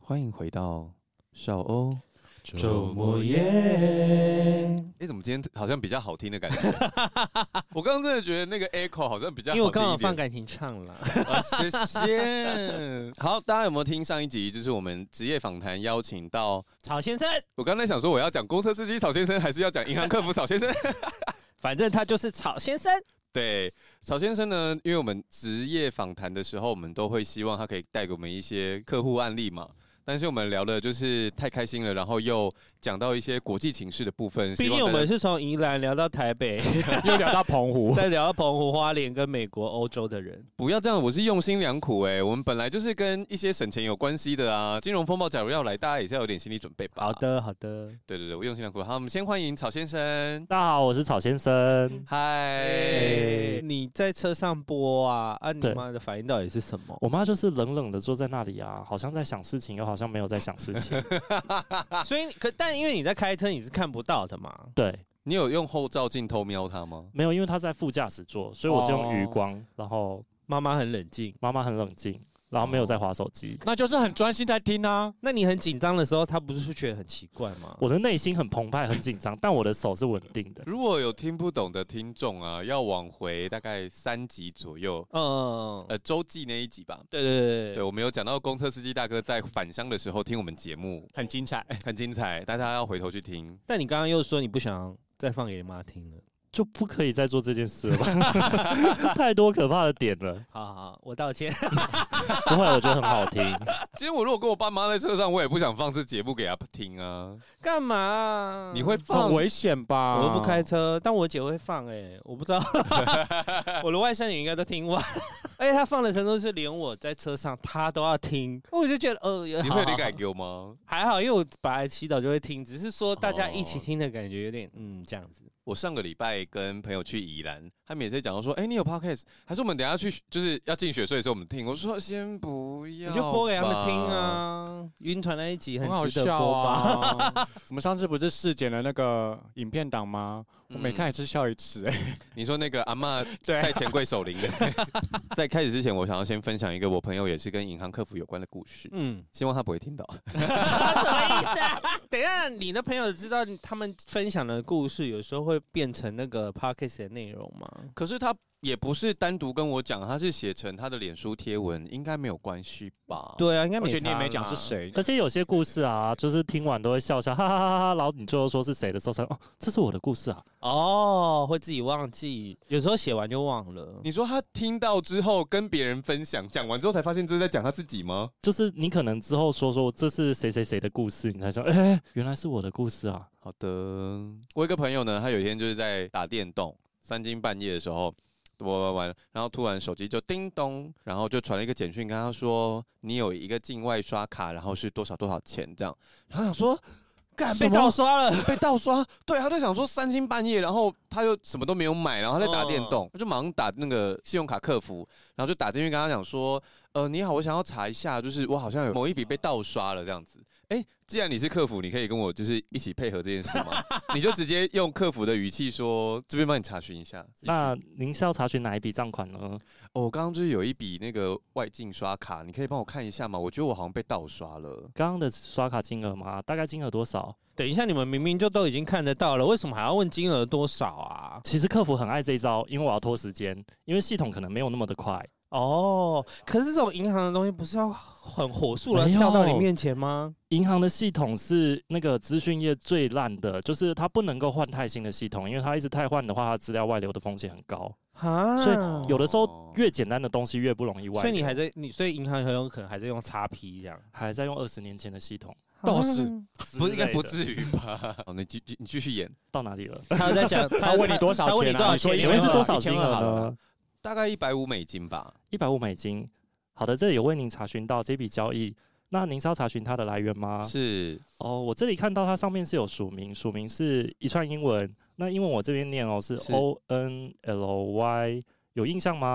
欢迎回到少欧周末夜。 怎么今天好像比较好听的感觉？我刚刚真的觉得那个 echo 好像比较好听一点， 因为我刚好放感情唱了。 谢谢。好，大家有没有听上一集？就是我们职业访谈邀请到曹先生。 我刚才想说我要讲公车司机曹先生，还是要讲银行客服曹先生？ 反正他就是曹先生。 对，曹先生呢，因为我们职业访谈的时候，我们都会希望他可以带给我们一些客户案例嘛。但是我们聊的就是太开心了，然后又讲到一些国际情势的部分。 毕竟我们是从宜兰聊到台北， 又聊到澎湖， 再聊到澎湖、花莲跟美国、欧洲的人。 不要这样，我是用心良苦我们本来就是跟一些省钱有关系的啊。金融风暴假如要来，大家也是要有点心理准备吧。 好的，好的。 对对对，我用心良苦。好，我们先欢迎曹先生。 大家好，我是曹先生。 嗨， 你在车上播啊？你妈的反应到底是什么？ 我妈就是冷冷的坐在那里啊，好像在想事情，又好像没有在想事情。 所以但因为你在开车，你是看不到的嘛。 对， 你有用后照镜偷瞄他吗？ 没有，因为她在副驾驶座，所以我是用余光，然后妈妈很冷静， 妈妈很冷静。然后没有在滑手机， 那就是很专心在听啊。 那你很紧张的时候，他不是觉得很奇怪吗？ 我的内心很澎湃、很紧张，但我的手是稳定的。 如果有听不懂的听众啊，要往回大概3集左右，周记那一集吧。 对， 我们有讲到公车司机大哥在返乡的时候听我们节目， 很精彩， 很精彩，大家要回头去听。 但你刚刚又说你不想再放给妈听了。 就不可以再做这件事了吧？太多可怕的点了。 好，我道歉。 不会，我觉得很好听。 今天我如果跟我爸妈在车上，我也不想放这节目给他听啊。 干嘛？ 你会放？ 很危险吧？ 我都不开车，但我姐会放我不知道。我的外甥女应该都听完，而且她放的程度是连我在车上她都要听，我就觉得你会有点改丢吗？ 还好，因为我本来祈祷就会听，只是说大家一起听的感觉有点这样子。 我上个礼拜跟朋友去宜兰，他们也在讲说，你有 podcast， 还是我们等一下去就是要进雪隧的时候我们听。我说先不要， 你就播给他们听啊。晕船那一集很值得播吧？我们上次不是试剪了那个影片档吗？我每看一次笑一次你说那个阿嬷在钱柜守灵的。在开始之前，我想要先分享一个我朋友也是跟银行客服有关的故事。希望他不会听到。 什么意思啊？等一下，你的朋友知道他们分享的故事有时候会变成那个 podcast 的内容吗？ 可是他也不是单独跟我讲，他是写成他的脸书贴文，应该没有关系吧？ 对啊，应该没差。 而且你也没讲是谁， 而且有些故事啊，就是听完都会笑笑，哈哈哈哈，然后你最后说是谁的时候才这是我的故事啊。 会自己忘记，有时候写完就忘了。 你说他听到之后跟别人分享，讲完之后才发现这是在讲他自己吗？ 就是你可能之后说这是谁谁谁的故事，你才说原来是我的故事啊。 好的，我有一个朋友呢，他有一天就是在打电动，3更半夜的时候。玩，然后突然手机就叮咚，然后就传了一个简讯跟他说，你有一个境外刷卡，然后是多少多少钱这样。然后想说， 被盗刷了， 被盗刷。对，他就想说3更半夜，然后他又什么都没有买，然后他在打电动，他就马上打那个信用卡客服，然后就打进去跟他讲说，你好，我想要查一下，就是我好像有某一笔被盗刷了这样子。既然你是客服，你可以跟我就是一起配合这件事吗？你就直接用客服的语气说，这边帮你查询一下。 那您是要查询哪一笔账款呢？ 我刚刚就是有一笔那个外境刷卡，你可以帮我看一下吗？我觉得我好像被盗刷了。 刚刚的刷卡金额吗？大概金额多少？ 等一下，你们明明就都已经看得到了，为什么还要问金额多少啊？ 其实客服很爱这一招，因为我要拖时间，因为系统可能没有那么的快。 可是这种银行的东西不是要很火速的跳到你面前吗？ 银行的系统是那个资讯业最烂的，就是它不能够换太新的系统，因为它一直太换的话，它资料外流的风险很高。所以有的时候越简单的东西越不容易外流。 所以银行很有可能还在用 XP 这样， 还在用20年前的系统。 倒是不应该不至于吧？你继续演到哪里了？ 他在讲， 他问你多少钱？ 他问你多少钱？ 请问是多少金额呢？ 大概$150吧。 $150。好的，这里有为您查询到这笔交易。那您是要查询它的来源吗？ 是。 我这里看到它上面是有署名，署名是一串英文。那英文我这边念是 ONLY， 有印象吗？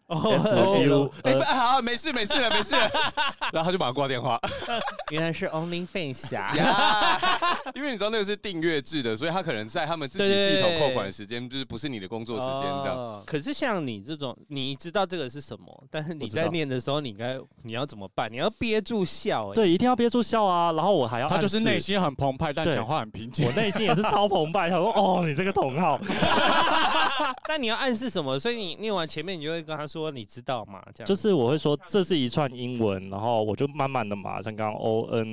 好，没事了，然后他就马上挂电话。 原来是 OnlyFans 侠， 因为你知道那个是订阅制的，所以他可能在他们自己系统扣款的时间，就是不是你的工作时间这样。 可是像你这种，你知道这个是什么，但是你在念的时候，你要怎么办？你要憋住笑， 对，一定要憋住笑啊！然后我还要他就是内心很澎湃，但讲话很平静。 我内心也是超澎湃，他说：“哦，你这个同好。” 但你要暗示什么？所以你念完前面，你就会跟他说：“你知道吗？”这样就是我会说这是一串英文，然后我就慢慢的嘛，像刚刚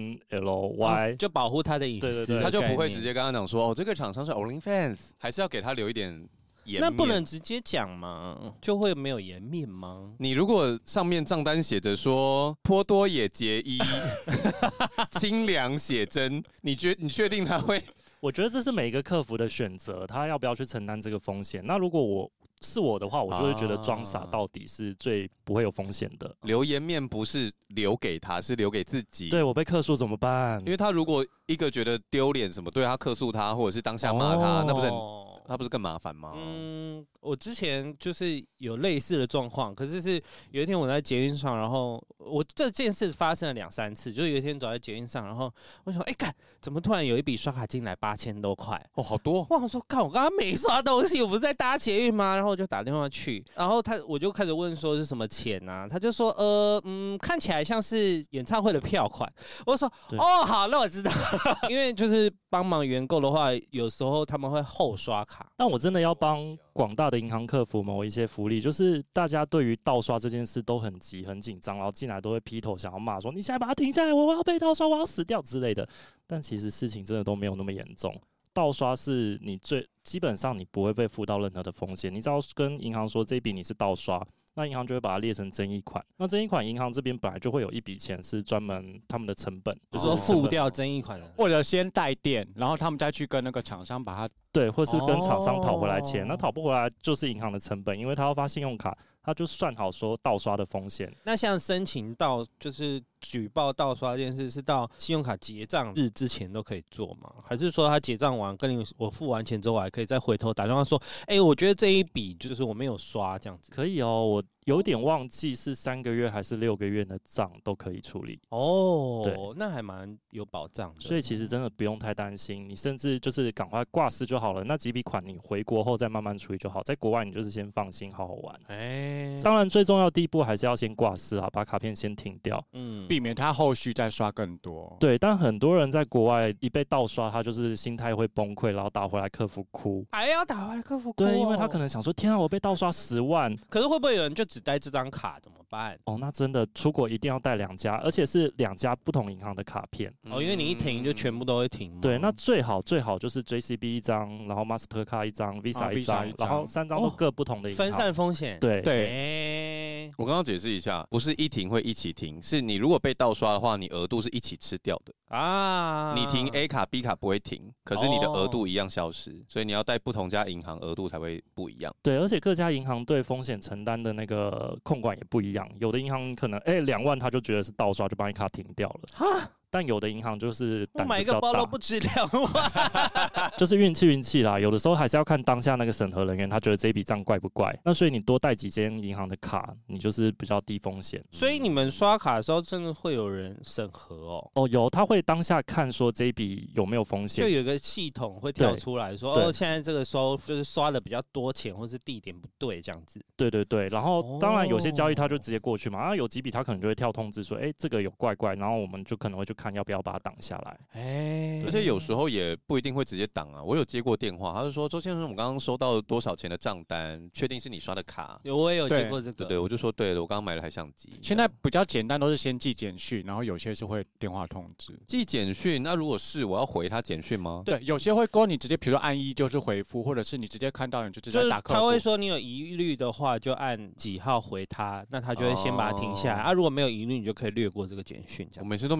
ONLY， 就保护他的隐私， 对， 他就不会直接跟他讲说：“哦，这个厂商是 OnlyFans， 还是要给他留一点颜面。” 那不能直接讲吗？就会没有颜面吗？ 你如果上面账单写着说颇多野结衣、清凉写真，你确定他会？ 我觉得这是每一个客服的选择，他要不要去承担这个风险。那如果是我的话，我就会觉得装傻到底是最不会有风险的。 留颜面不是留给他，是留给自己。 对，我被客诉怎么办？ 因为他如果一个觉得丢脸什么，对他客诉他，或者是当下骂他，那不是更麻烦吗？ 我之前就是有类似的状况，可是有一天我在捷运上，然后我这件事发生了2、3次，就是有一天走在捷运上，然后我想，干，怎么突然有一笔刷卡进来8000多块？ 哦，好多！ 我说，干，我刚刚没刷东西，我不是在搭捷运吗？然后我就打电话去，然后我就开始问说是什么钱啊？他就说，看起来像是演唱会的票款。我说，哦，好，那我知道，因为就是帮忙原购的话，有时候他们会后刷卡。 但我真的要帮广大的银行客服某一些福利，就是大家对于盗刷这件事都很急很紧张，然后进来都会劈头想要骂说：“你现在把它停下来，我要被盗刷，我要死掉之类的。”但其实事情真的都没有那么严重。盗刷是你基本上你不会被负到任何的风险，你只要跟银行说这一笔你是盗刷，那银行就会把它列成争议款。那争议款银行这边本来就会有一笔钱是专门他们的成本， 比如说付掉争议款的， 或者先带电，然后他们再去跟那个厂商把它对，或是跟厂商讨回来钱。那讨不回来就是银行的成本，因为他要发信用卡，他就算好说盗刷的风险。 那像申请到就是举报盗刷这件事，是到信用卡结账日之前都可以做吗？还是说他结账完跟我付完钱之后，我还可以再回头打电话说，我觉得这一笔就是我没有刷这样子？ 可以哦，我有点忘记是3个月还是6个月的账都可以处理。 哦，对，那还蛮有保障的。 所以其实真的不用太担心，你甚至就是赶快挂失就好了。那几笔款你回国后再慢慢处理就好，在国外你就是先放心好好玩。当然最重要的第一步还是要先挂失啊，把卡片先停掉， 避免他后续再刷更多。 对，但很多人在国外一被盗刷，他就是心态会崩溃，然后打回来客服哭， 还要打回来客服哭。 对，因为他可能想说，天啊，我被盗刷10万。 可是会不会有人就只带这张卡怎么办？ 哦，那真的出国一定要带2家，而且是2家不同银行的卡片。 因为你一停就全部都会停。 对，那最好就是 JCB 一张，然后 Mastercard 一张 ，Visa 一张，然后3张都各不同的银行， 分散风险。 对。 我刚刚解释一下，不是一停会一起停，是你如果被盗刷的话，你额度是一起吃掉的啊。你停 A 卡 B 卡不会停，可是你的额度一样消失，所以你要带不同家银行额度才会不一样。 对，而且各家银行对风险承担的那个控管也不一样，有的银行可能2万他就觉得是盗刷，就把你卡停掉了。但有的银行就是胆子比较大， 我买一个包都不值2万， 就是运气啦。有的时候还是要看当下那个审核人员，他觉得这一笔账怪不怪。那所以你多带几间银行的卡，你就是比较低风险。 所以你们刷卡的时候，真的会有人审核哦？ 哦，有，他会当下看说这一笔有没有风险， 就有个系统会跳出来说，现在这个就是刷的比较多钱，或是地点不对这样子。 对，然后当然有些交易他就直接过去嘛，有几笔他可能就会跳通知说，这个有怪，然后我们就可能会去看要不要把它挡下来。 而且有时候也不一定会直接挡啊。我有接过电话，他就说周先生，我刚刚收到多少钱的账单，确定是你刷的卡？ 我也有接过这个。 对，我就说对了，我刚刚买了台相机。 现在比较简单，都是先寄简讯，然后有些是会电话通知。 寄简讯，那如果是我要回他简讯吗？ 对，有些会勾你直接，比如说按1就是回复，或者是你直接看到你就直接打客服。 他会说你有疑虑的话，就按几号回他，那他就会先把它停下来。如果没有疑虑，你就可以略过这个简讯。 我每次都没有在看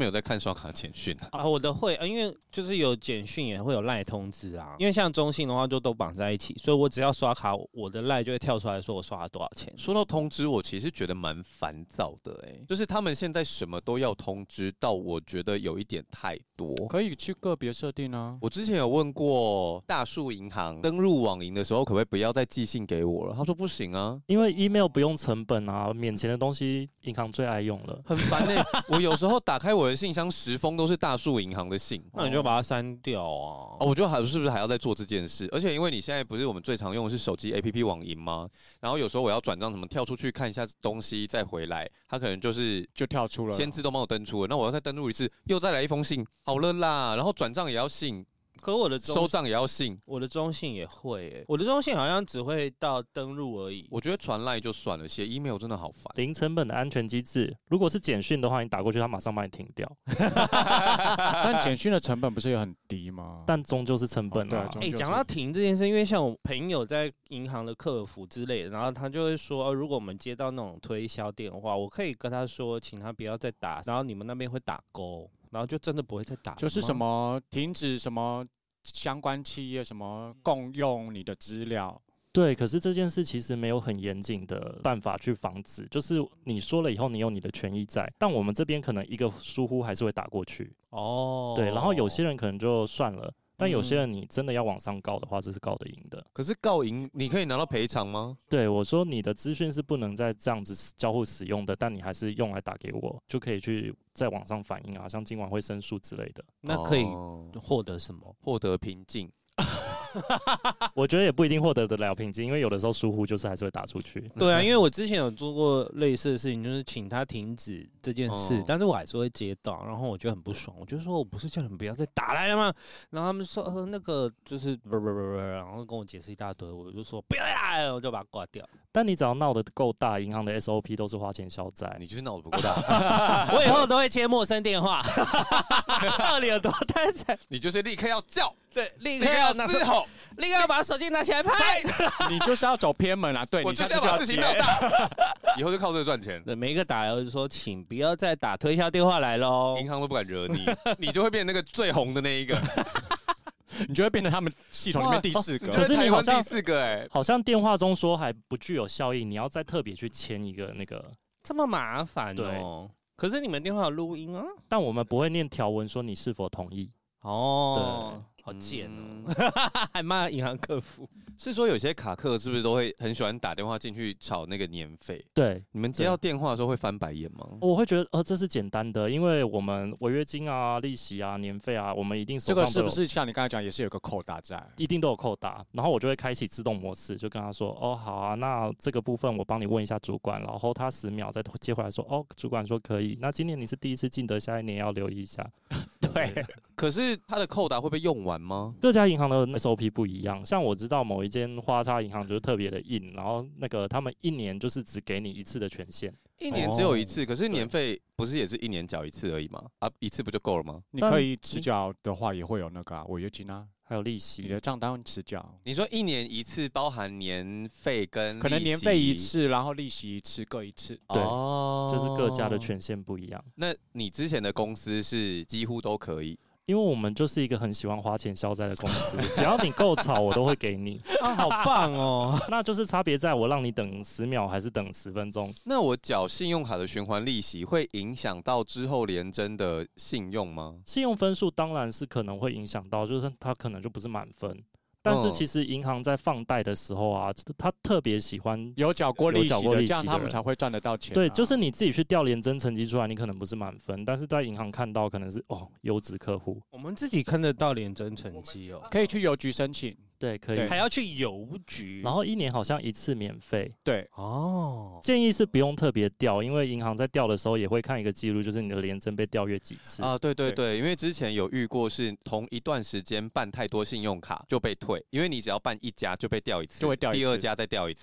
刷卡简讯啊？我的会，因为就是有简讯也会有赖通知啊。因为像中信的话就都绑在一起，所以我只要刷卡，我的赖就会跳出来说我刷了多少钱。 说到通知，我其实觉得蛮烦躁的就是他们现在什么都要通知到，我觉得有一点太多。 可以去个别设定啊。 我之前有问过大树银行登入网银的时候，可不可以不要再寄信给我了？他说不行啊， 因为 email 不用成本啊，免钱的东西银行最爱用了， 很烦我有时候打开我的信箱，10封都是大树银行的信， 那你就把它删掉啊。 我觉得是不是还要再做这件事？而且因为你现在不是我们最常用的是手机 APP 网银吗？然后有时候我要转账什么，跳出去看一下东西再回来，它可能就跳出了， 先自动帮我登出了。那我要再登录一次，又再来一封信，好了啦。然后转账也要信。 可我的收账也要信， 我的中信也会我的中信好像只会到登入而已。 我觉得传赖就算了，写 email 真的好烦。 零成本的安全机制，如果是简讯的话，你打过去，他马上帮你停掉。 但简讯的成本不是也很低吗？ 但终究是成本啊。 讲到停这件事，因为像我朋友在银行的客服之类的，然后他就会说，如果我们接到那种推销电话，我可以跟他说，请他不要再打，然后你们那边会打勾。然后就真的不会再打， 就是什么停止什么相关企业什么共用你的资料。 对，可是这件事其实没有很严谨的办法去防止，就是你说了以后，你有你的权益在，但我们这边可能一个疏忽还是会打过去。对，然后有些人可能就算了。但有些人你真的要往上告的话，这是告得赢的。 可是告赢你可以拿到赔偿吗？ 对，我说你的资讯是不能再这样子交互使用的，但你还是用来打给我，就可以去在网上反映啊，像今晚会申诉之类的。 那可以获得什么？ 获得平静。 我觉得也不一定获得得了平静，因为有的时候疏忽就是还是会打出去。 对啊，因为我之前有做过类似的事情，就是请他停止这件事，但是我还是会接到，然后我就很不爽，我就说我不是叫你们不要再打来了吗？然后他们说那个就是然后跟我解释一大堆，我就说不要来，我就把它挂掉。 但你只要闹得够大，银行的 SOP 都是花钱消灾。 你就是闹得不够大。 我以后都会接陌生电话。到底有多太惨？ 你就是立刻要叫， 对，立刻要嘶吼，立刻要把手机拿起来拍。 你就是要走偏门啊！对， 我就是要把事情闹大。以后就靠这个赚钱。 对，每一个打来我就说，请不要再打推销电话来喽。 银行都不敢惹你，你就会变成那个最红的那一个。 你就会变成他们系统里面第4个， 可是你好像第4个好像电话中说还不具有效益，你要再特别去签一个那个， 这么麻烦哦。可是你们电话有录音啊， 但我们不会念条文说你是否同意。 对，好贱哦，还骂银行客服。 是说有些卡客是不是都会很喜欢打电话进去吵那个年费？ 对， 你们接到电话的时候会翻白眼吗？ 我会觉得这是简单的，因为我们违约金啊、利息啊、年费啊，我们一定手上都有。 这个是不是像你刚才讲，也是有个扣打在？ 一定都有扣打，然后我就会开启自动模式，就跟他说好啊，那这个部分我帮你问一下主管，然后他10秒再接回来说主管说可以，那今年你是第一次进得，下一年要留意一下。 对， 可是他的扣打会被用完吗？ 各家银行的 SOP 不一样，像我知道某一间花叉银行就是特别的硬，然后那个他们1年就是只给你1次的权限 ，1年只有1次，可是年费不是也是1年缴1次而已吗？1次不就够了吗？ 你可以迟缴的话也会有那个违约金啊， 还有利息， 你的账单迟缴。 你说1年1次包含年费跟利息， 可能年费1次，然后利息1次，各1次。 对，就是各家的权限不一样。 那你之前的公司是几乎都可以？ 因为我们就是一个很喜欢花钱消灾的公司，只要你够吵，我都会给你。 好棒哦！ 那就是差别在我让你等10秒还是等10分钟。 那我缴信用卡的循环利息会影响到之后联征的信用吗？ 信用分数当然是可能会影响到，就是它可能就不是满分。但是其实银行在放贷的时候啊，他特别喜欢有缴过利息的，这样他们才会赚得到钱。 对，就是你自己去调联征成绩出来，你可能不是满分，但是在银行看到可能是优质客户。 我们自己看得到联征成绩哦， 可以去邮局申请。 对，可以， 还要去邮局， 然后1年好像1次免费。 对， 建议是不用特别调，因为银行在调的时候也会看一个记录，就是你的联征被调阅几次啊。对，因为之前有遇过是同一段时间办太多信用卡就被退，因为你只要办1家就被调1次， 就会调1次， 第2家再调1次。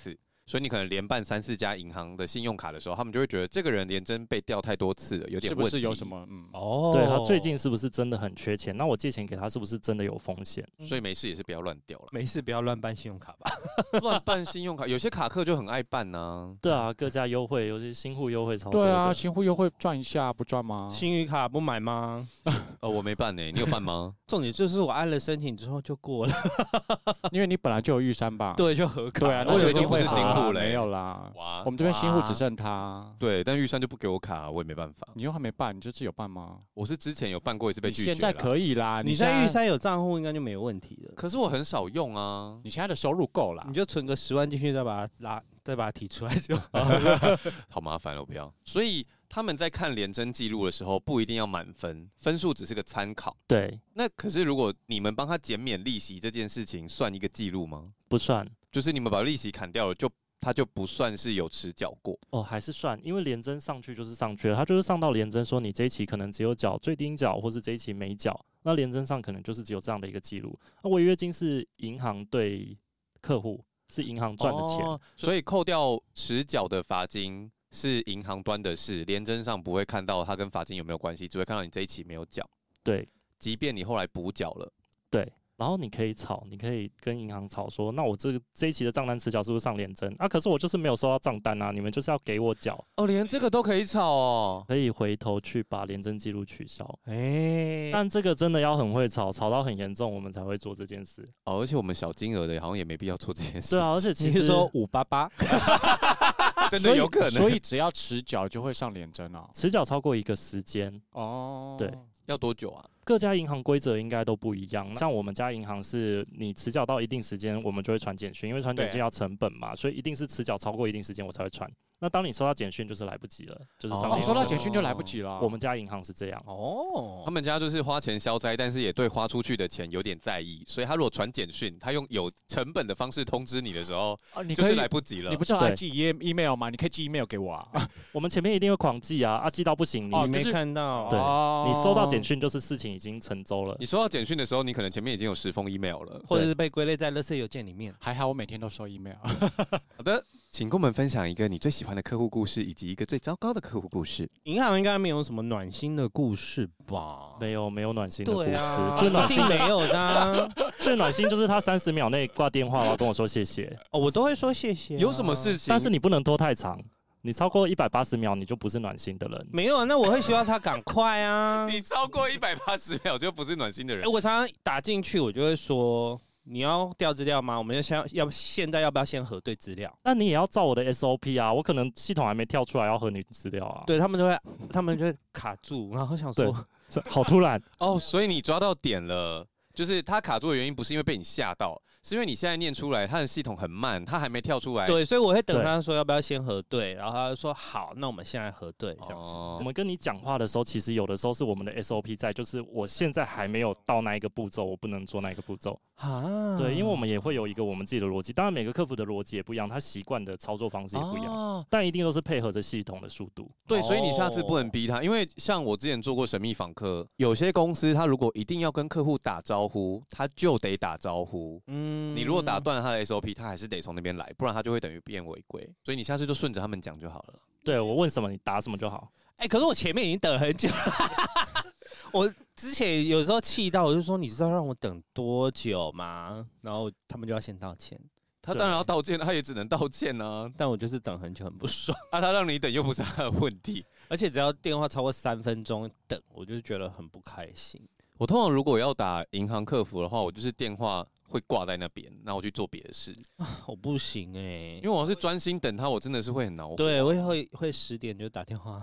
所以你可能连办3、4家银行的信用卡的时候，他们就会觉得这个人连征被调太多次了，有点问题。 是不是有什么？ 对他最近是不是真的很缺钱？那我借钱给他是不是真的有风险？ 所以没事也是不要乱调了。 没事不要乱办信用卡吧。 乱办信用卡，有些卡客就很爱办呐。 对啊，各家优惠，尤其新户优惠超多。 对啊，新户优惠赚一下不赚吗？ 新余卡不买吗？ 我没办呢，你有办吗？ 重点就是我按了申请之后就过了， 因为你本来就有玉山吧？ 对，就合卡。 对啊， 我以为就不是新户了，没有啦。哇，我们这边新户只剩他。 对，但玉山就不给我卡，我也没办法。 你又还没办，你这次有办吗？ 我是之前有办过一次被拒绝。 现在可以啦， 你在玉山有账户应该就没有问题了。 可是我很少用啊。 你现在的收入够啦， 你就存个10万进去，再把它提出来就好。 好麻烦了，我不要。所以他们在看联征记录的时候，不一定要满分，分数只是个参考。 对。 那可是如果你们帮他减免利息这件事情，算一个记录吗？ 不算， 就是你们把利息砍掉了，他就不算是有迟缴过。 还是算，因为联征上去就是上去了，他就是上到联征说你这一期可能只有缴最低缴，或是这一期没缴，那联征上可能就是只有这样的一个记录。那违约金是银行对客户，是银行赚的钱， 所以扣掉迟缴的罚金是银行端的事，联征上不会看到它跟罚金有没有关系，只会看到你这一期没有缴。 对， 即便你后来补缴了。 对。然后你可以吵，你可以跟银行吵说，那我这一期的账单迟缴是不是上联征啊？可是我就是没有收到账单啊，你们就是要给我缴。 连这个都可以吵哦， 可以回头去把联征记录取消。但这个真的要很会吵到很严重，我们才会做这件事。 而且我们小金额的好像也没必要做这件事。 对啊，而且其实说588， 真的有可能。 所以只要迟缴就会上联征啊， 迟缴超过一个时间。对。 要多久啊？ 各家银行规则应该都不一样。像我们家银行是你迟缴到一定时间，我们就会传简讯，因为传简讯要成本嘛，所以一定是迟缴超过一定时间我才会传。那当你收到简讯就是来不及了，就是上面收到简讯就来不及了。 我们家银行是这样。 他们家就是花钱消灾，但是也对花出去的钱有点在意，所以他如果传简讯，他用有成本的方式通知你的时候，就是来不及了。 你不是要寄 email 吗？你可以寄 email 给我啊。 我们前面一定会狂寄啊，寄到不行， 你没看到。 对，你收到简讯就是事情已经成舟了。 你收到简讯的时候，你可能前面已经有10封 email 了， 或者是被归类在垃圾邮件里面。 还好我每天都收 email。 好的，请跟我们分享一个你最喜欢的客户故事，以及一个最糟糕的客户故事。 银行应该没有什么暖心的故事吧？ 没有暖心的故事。 最暖心没有的。 最暖心就是他30秒内挂电话，然后跟我说谢谢。 我都会说谢谢。 有什么事情？ 但是你不能拖太长。你超过180秒，你就不是暖心的人。 没有，那我会希望他赶快啊。 你超过180秒就不是暖心的人。 我常常打进去，我就会说你要调资料吗？我们现在要不要先核对资料？ 那你也要照我的 SOP 啊！我可能系统还没跳出来要核你资料啊。 对他们就会卡住，然后想说好突然所以你抓到点了，就是他卡住的原因不是因为被你吓到。是因为你现在念出来，他的系统很慢，他还没跳出来。 对，所以我会等他说要不要先核对，然后他就说好，那我们现在核对这样子。 我们跟你讲话的时候，其实有的时候是我们的 SOP 在，就是我现在还没有到那一个步骤，我不能做那一个步骤。对，因为我们也会有一个我们自己的逻辑，当然每个客服的逻辑也不一样，他习惯的操作方式也不一样，但一定都是配合着系统的速度。 对，所以你下次不能逼他，因为像我之前做过神秘访客，有些公司他如果一定要跟客户打招呼，他就得打招呼。你如果打断了他的 SOP， 他还是得从那边来，不然他就会等于变违规。所以你下次就顺着他们讲就好了。 对，我问什么你答什么就好。 可是我前面已经等了很久。我之前有时候气到，我就说你知道让我等多久吗？然后他们就要先道歉。 他当然要道歉，他也只能道歉啊。 但我就是等很久，很不爽。 他让你等又不是他的问题， 而且只要电话超过3分钟等，我就觉得很不开心。 我通常如果要打银行客服的话，我就是电话会挂在那边，然后我去做别的事。 我不行因为我要是专心等他，我真的是会很恼火。 对，我也会10点就打电话。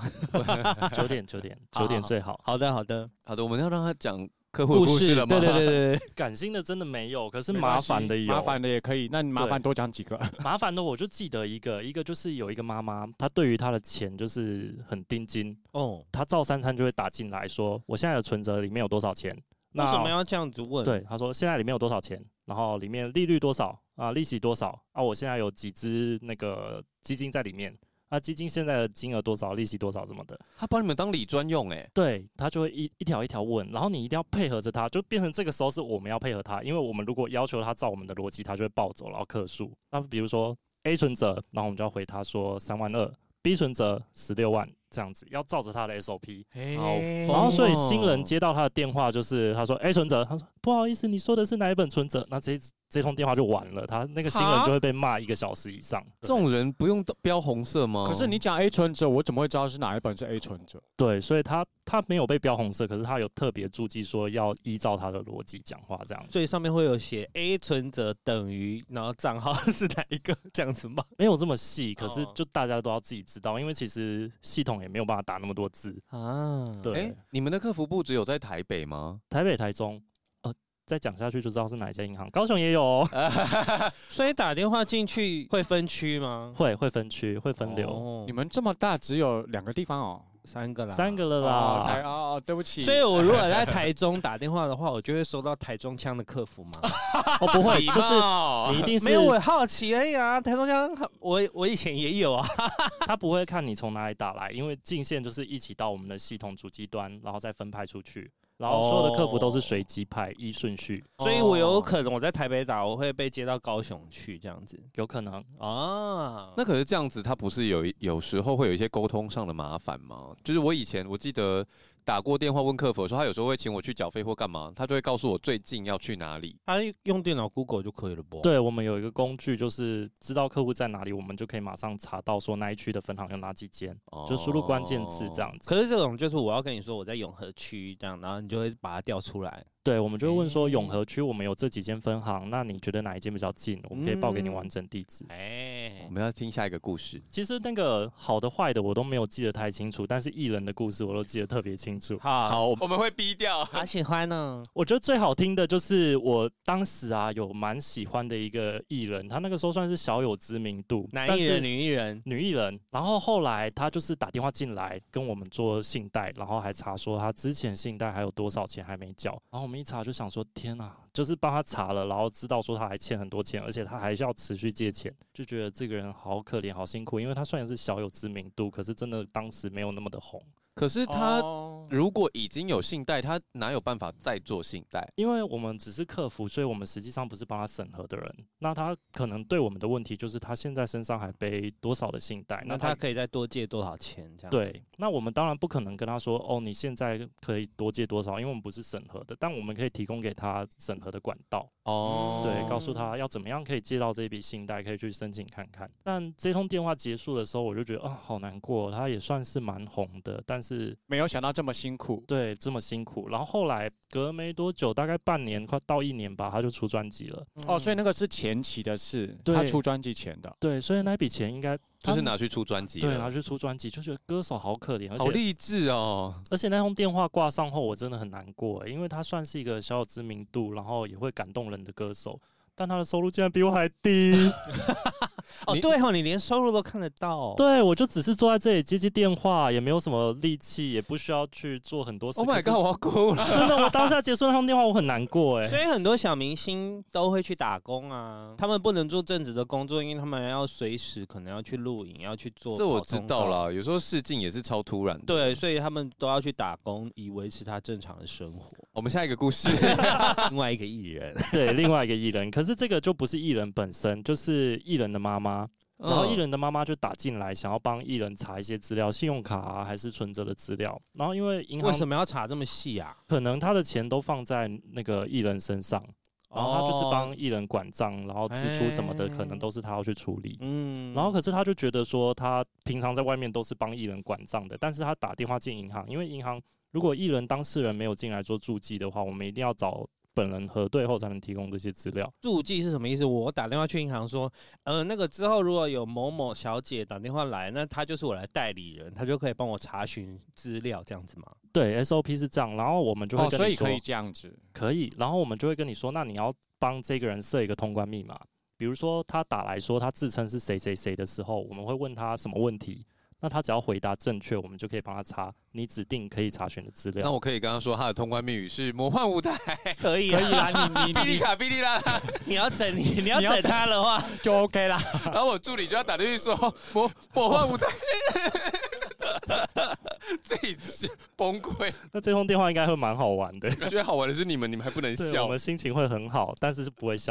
9点最好。 好的， 我们要让他讲客户故事了吗？ 对， 感性的真的没有，可是麻烦的有， 麻烦的也可以。那你麻烦多讲几个。 麻烦的我就记得一个就是有一个妈妈，她对于她的钱就是很盯紧她照3餐就会打进来说，我现在的存折里面有多少钱？ 为什么要这样子问？ 对，她说现在里面有多少钱，然后里面利率多少啊，利息多少啊，我现在有几只那个基金在里面。基金现在的金额多少，利息多少什么的， 他把你们当理专用对，他就会一条一条问，然后你一定要配合着他，就变成这个时候是我们要配合他，因为我们如果要求他照我们的逻辑，他就会暴走，然后客诉。那比如说， A 存折，然后我们就要回他说32000，B 存折16万。这样子要照着他的 SOP， 然后所以新人接到他的电话就是他说存折，他说不好意思，你说的是哪一本存折？那这通电话就完了，他那个新人就会被骂1个小时以上。 这种人不用标红色吗？ 可是你讲 A 存折，我怎么会知道是哪一本是 A 存折？ 对，所以他没有被标红色，可是他有特别注记说要依照他的逻辑讲话这样。 所以上面会有写 A 存折等于，然后账号是哪一个这样子吗？ 没有这么细，可是就大家都要自己知道，因为其实系统也没有办法打那么多字啊。对， 你们的客服部只有在台北吗？ 台北、台中。再讲下去就知道是哪一家银行，高雄也有哦。 所以打电话进去会分区吗？ 会分区，会分流。 你们这么大，只有2个地方哦 ？3个啦 ，3个了啦。 对不起。 所以我如果在台中打电话的话，我就会收到台中腔的客服吗？ 不会，就是你一定是没有，我好奇而已啊。台中腔，我以前也有啊。 他不会看你从哪里打来，因为进线就是一起到我们的系统主机端，然后再分派出去。然后所有的客服都是随机派，依顺序， 所以我有可能我在台北打，我会被接到高雄去，这样子有可能啊。 那可是这样子，他不是有时候会有一些沟通上的麻烦吗？就是我记得打过电话问客服的时候，他有时候会请我去缴费或干嘛，他就会告诉我最近要去哪里。 他用电脑 Google 就可以了不？ 对，我们有一个工具，就是知道客户在哪里，我们就可以马上查到说那一区的分行有哪几间，就输入关键字这样子。 可是这种就是我要跟你说我在永和区这样，然后你就会把它调出来。 对，我们就会问说永和区我们有这几间分行，那你觉得哪一间比较近？我们可以报给你完整地址。 我们要听下一个故事。 其实那个好的坏的我都没有记得太清楚，但是艺人的故事我都记得特别清楚。 好，我们会逼掉。 好喜欢呢。 我觉得最好听的就是我当时有蛮喜欢的一个艺人，他那个时候算是小有知名度。 男艺人、女艺人？ 女艺人。然后后来他就是打电话进来跟我们做信贷，然后还查说他之前信贷还有多少钱还没缴，然后我们一查就想说天啊，就是帮他查了，然后知道说他还欠很多钱，而且他还是要持续借钱，就觉得这个人好可怜好辛苦，因为他虽然是小有知名度，可是真的当时没有那么的红。 可是他如果已经有信贷，他哪有办法再做信贷？ 因为我们只是客服，所以我们实际上不是帮他审核的人。那他可能对我们的问题就是他现在身上还背多少的信贷， 那他可以再多借多少钱这样子？ 对，那我们当然不可能跟他说你现在可以多借多少，因为我们不是审核的，但我们可以提供给他审核的管道。对，告诉他要怎么样可以借到这笔信贷，可以去申请看看。但这通电话结束的时候，我就觉得好难过，他也算是蛮红的，但是没有想到这么辛苦。 对，这么辛苦。然后后来隔没多久，大概半年快到1年吧，他就出专辑了。 所以那个是前期的事，他出专辑前的。 对，所以那笔钱应该就是拿去出专辑。 对，拿去出专辑，就觉得歌手好可怜， 好励志哦。 而且那通电话挂上后，我真的很难过，因为他算是一个小有知名度，然后也会感动人的歌手。但他的收入竟然比我还低。 对哦，你连收入都看得到。 对，我就只是坐在这里接电话，也没有什么力气，也不需要去做很多事。 Oh my god， 我要哭了！ 真的，我当下结束那通电话，我很难过。 所以很多小明星都会去打工啊，他们不能做正职的工作，因为他们要随时可能要去录影，要去做。 这我知道啦，有时候试镜也是超突然的。 对，所以他们都要去打工，以维持他正常的生活。 我们下一个故事， 另外一个艺人， 对，另外一个艺人，可是这个就不是艺人本身，就是艺人的妈妈。然后艺人的妈妈就打进来，想要帮艺人查一些资料，信用卡还是存折的资料。然后因为银行为什么要查这么细啊？ 可能他的钱都放在那个艺人身上，然后他就是帮艺人管账，然后支出什么的可能都是他要去处理。然后可是他就觉得说，他平常在外面都是帮艺人管账的，但是他打电话进银行，因为银行如果艺人当事人没有进来做注记的话，我们一定要找本人核对后才能提供这些资料。 注记是什么意思？我打电话去银行说，那个之后如果有某某小姐打电话来，那她就是我的代理人，她就可以帮我查询资料，这样子吗？ 对 ，SOP 是这样，然后我们就会跟你说， 所以可以这样子， 可以，然后我们就会跟你说，那你要帮这个人设一个通关密码，比如说他打来说他自称是谁谁谁的时候，我们会问他什么问题。那他只要回答正确，我们就可以帮他查你指定可以查询的资料。 那我可以跟他说他的通关密语是魔幻舞台， 可以啦，你哔哩卡哔哩啦， 你要整他的话就 OK 啦。 然后我助理就要打电话说魔幻舞台，这一次崩溃。 那这通电话应该会蛮好玩的。 我觉得好玩的是你们还不能笑， 我们心情会很好，但是不会笑。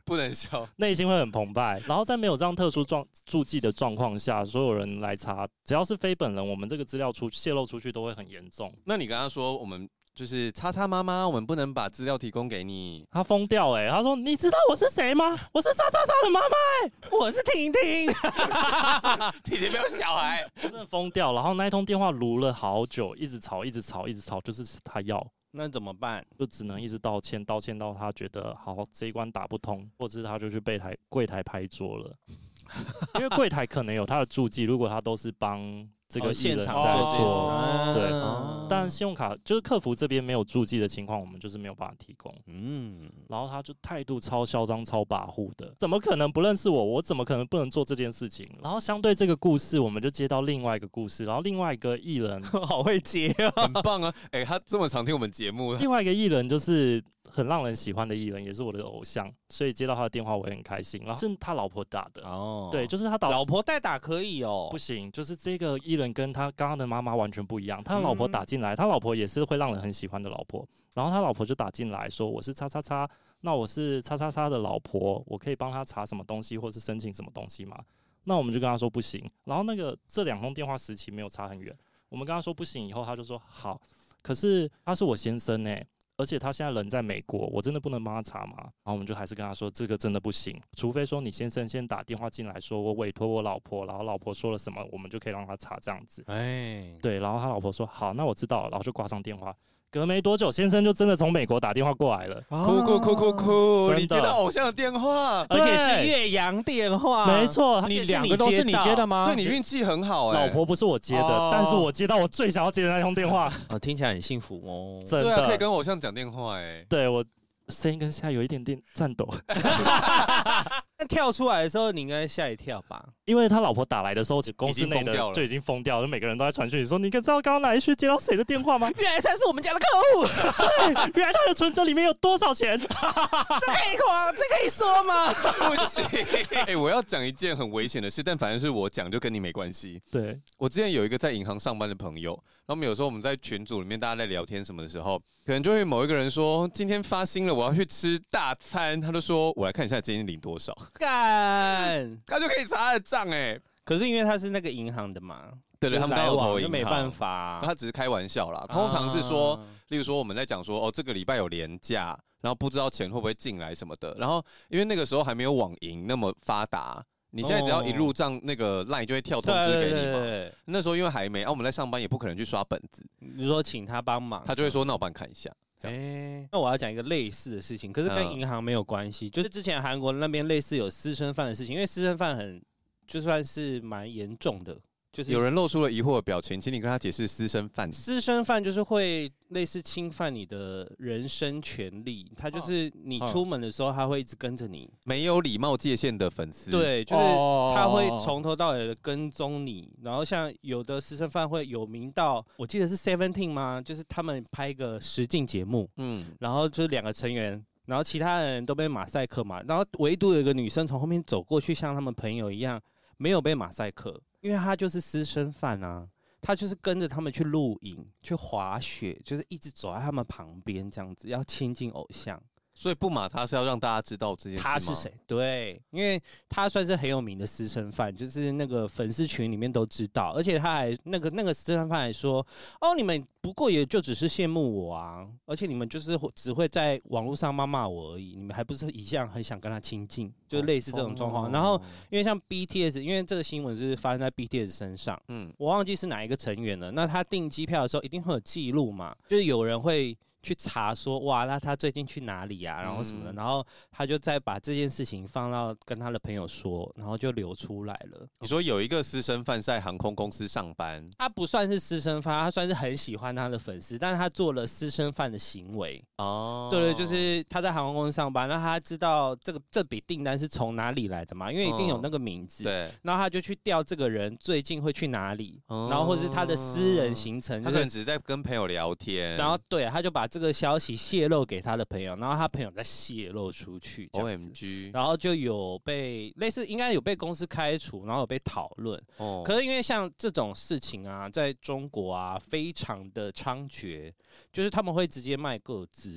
不能笑， 内心会很澎湃。然后在没有这样特殊注记的状况下，所有人来查，只要是非本人，我们这个资料泄露出去都会很严重。 那你跟他说我们就是叉叉妈妈，我们不能把资料提供给你。 他疯掉他说你知道我是谁吗？我是叉叉叉的妈妈我是婷婷。 婷婷没有小孩， 他真的疯掉。然后那一通电话撸了好久，一直吵，就是他要。 那怎么办？ 就只能一直道歉到他觉得好这一关打不通，或者是他就去被柜台拍桌了，因为柜台可能有他的注记，如果他都是帮这个现场在做， 对，但信用卡就是客服这边没有注记的情况，我们就是没有办法提供。然后他就态度超嚣张、超跋扈的，怎么可能不认识我？我怎么可能不能做这件事情？然后相对这个故事，我们就接到另外一个故事，然后另外一个艺人好会接啊， 很棒啊！他这么常听我们节目， 另外一个艺人就是很让人喜欢的艺人，也是我的偶像，所以接到他的电话我也很开心。然后是他老婆打的对，就是他老婆代打可以不行，就是这个艺人跟他刚刚的妈妈完全不一样。他老婆打进来，他老婆也是会让人很喜欢的老婆。然后他老婆就打进来说：“我是叉叉叉，那我是叉叉叉的老婆，我可以帮他查什么东西，或是申请什么东西吗？”那我们就跟他说不行。然后这2通电话时期没有差很远，我们跟他说不行以后，他就说好，可是他是我先生而且他现在人在美国，我真的不能帮他查吗？然后我们就还是跟他说这个真的不行，除非说你先生先打电话进来说我委托我老婆，然后老婆说了什么，我们就可以让他查这样子。对，然后他老婆说好，那我知道了，然后就挂上电话。隔没多久，先生就真的从美国打电话过来了。 哭！你接到偶像的电话， 而且是岳阳电话， 没错， 你2个都是你接的吗？ 对，你运气很好老婆不是我接的，但是我接到我最想要接的那通电话。 听起来很幸福哦。 真的， 可以跟偶像讲电话对我声音跟现在有一点点颤抖。 那跳出来的时候，你应该吓一跳吧？ 因为他老婆打来的时候，公司内的就已经疯掉了，每个人都在传讯说：“你知道刚刚哪一区接到谁的电话吗？” 原来他是我们家的客户。 对，原来他的存折里面有多少钱？ 这可以说吗？ 不行。我要讲一件很危险的事，但反正是我讲，就跟你没关系。 对， 我之前有一个在银行上班的朋友，然后我们有时候我们在群组里面大家在聊天什么的时候，可能就会某一个人说今天发薪了，我要去吃大餐，他就说我来看一下今天领多少， 他就可以查他的账可是因为他是那个银行的嘛， 对，他们刚好投银行， 就没办法。 他只是开玩笑啦，通常是说，例如说我们在讲说这个礼拜有连假，然后不知道钱会不会进来什么的，然后因为那个时候还没有网银那么发达。你现在只要一入账，那个 LINE 就会跳通知给你嘛。那时候因为还没，我们在上班也不可能去刷本子。 你说请他帮忙， 他就会说那我帮你看一下。 那我要讲一个类似的事情，可是跟银行没有关系，就是之前韩国那边类似有私生饭的事情，因为私生饭就算是蛮严重的。就是有人露出了疑惑的表情，请你跟他解释私生饭。 私生饭就是会类似侵犯你的人身权利，他就是你出门的时候，他会一直跟着你， 没有礼貌界限的粉丝。 对，就是他会从头到尾的跟踪你。然后像有的私生饭会有名到，我记得是 Seventeen 吗？就是他们拍一个实境节目，然后就是2个成员。然后其他人都被马赛克嘛，然后唯独有一个女生从后面走过去，像他们朋友一样，没有被马赛克。因为他就是私生饭啊，他就是跟着他们去露营、去滑雪，就是一直走在他们旁边这样子，要亲近偶像。 所以不码他是要让大家知道这件事吗？ 他是谁？对，因为他算是很有名的私生饭，就是那个粉丝群里面都知道，而且他还那个私生饭还说：“哦，你们不过也就只是羡慕我啊，而且你们就是只会在网络上骂我而已，你们还不是一向很想跟他亲近，就是类似这种状况。然后因为像 BTS， 因为这个新闻是发生在 BTS 身上，我忘记是哪一个成员了。那他订机票的时候一定会有记录嘛，就是有人会去查说哇，那他最近去哪里啊，然后什么的，然后他就再把这件事情放到跟他的朋友说，然后就流出来了。 你说有一个私生饭在航空公司上班， 他不算是私生饭，他算是很喜欢他的粉丝，但是他做了私生饭的行为。哦，对，就是他在航空公司上班，那他知道这笔订单是从哪里来的嘛，因为一定有那个名字。 对， 然后他就去调这个人最近会去哪里，然后或者是他的私人行程， 他可能只是在跟朋友聊天， 然后对，他就把这个消息泄露给他的朋友，然后他朋友再泄露出去 ，OMG， 然后就有被类似应该有被公司开除，然后有被讨论。可是因为像这种事情啊，在中国啊非常的猖獗，就是他们会直接卖个资。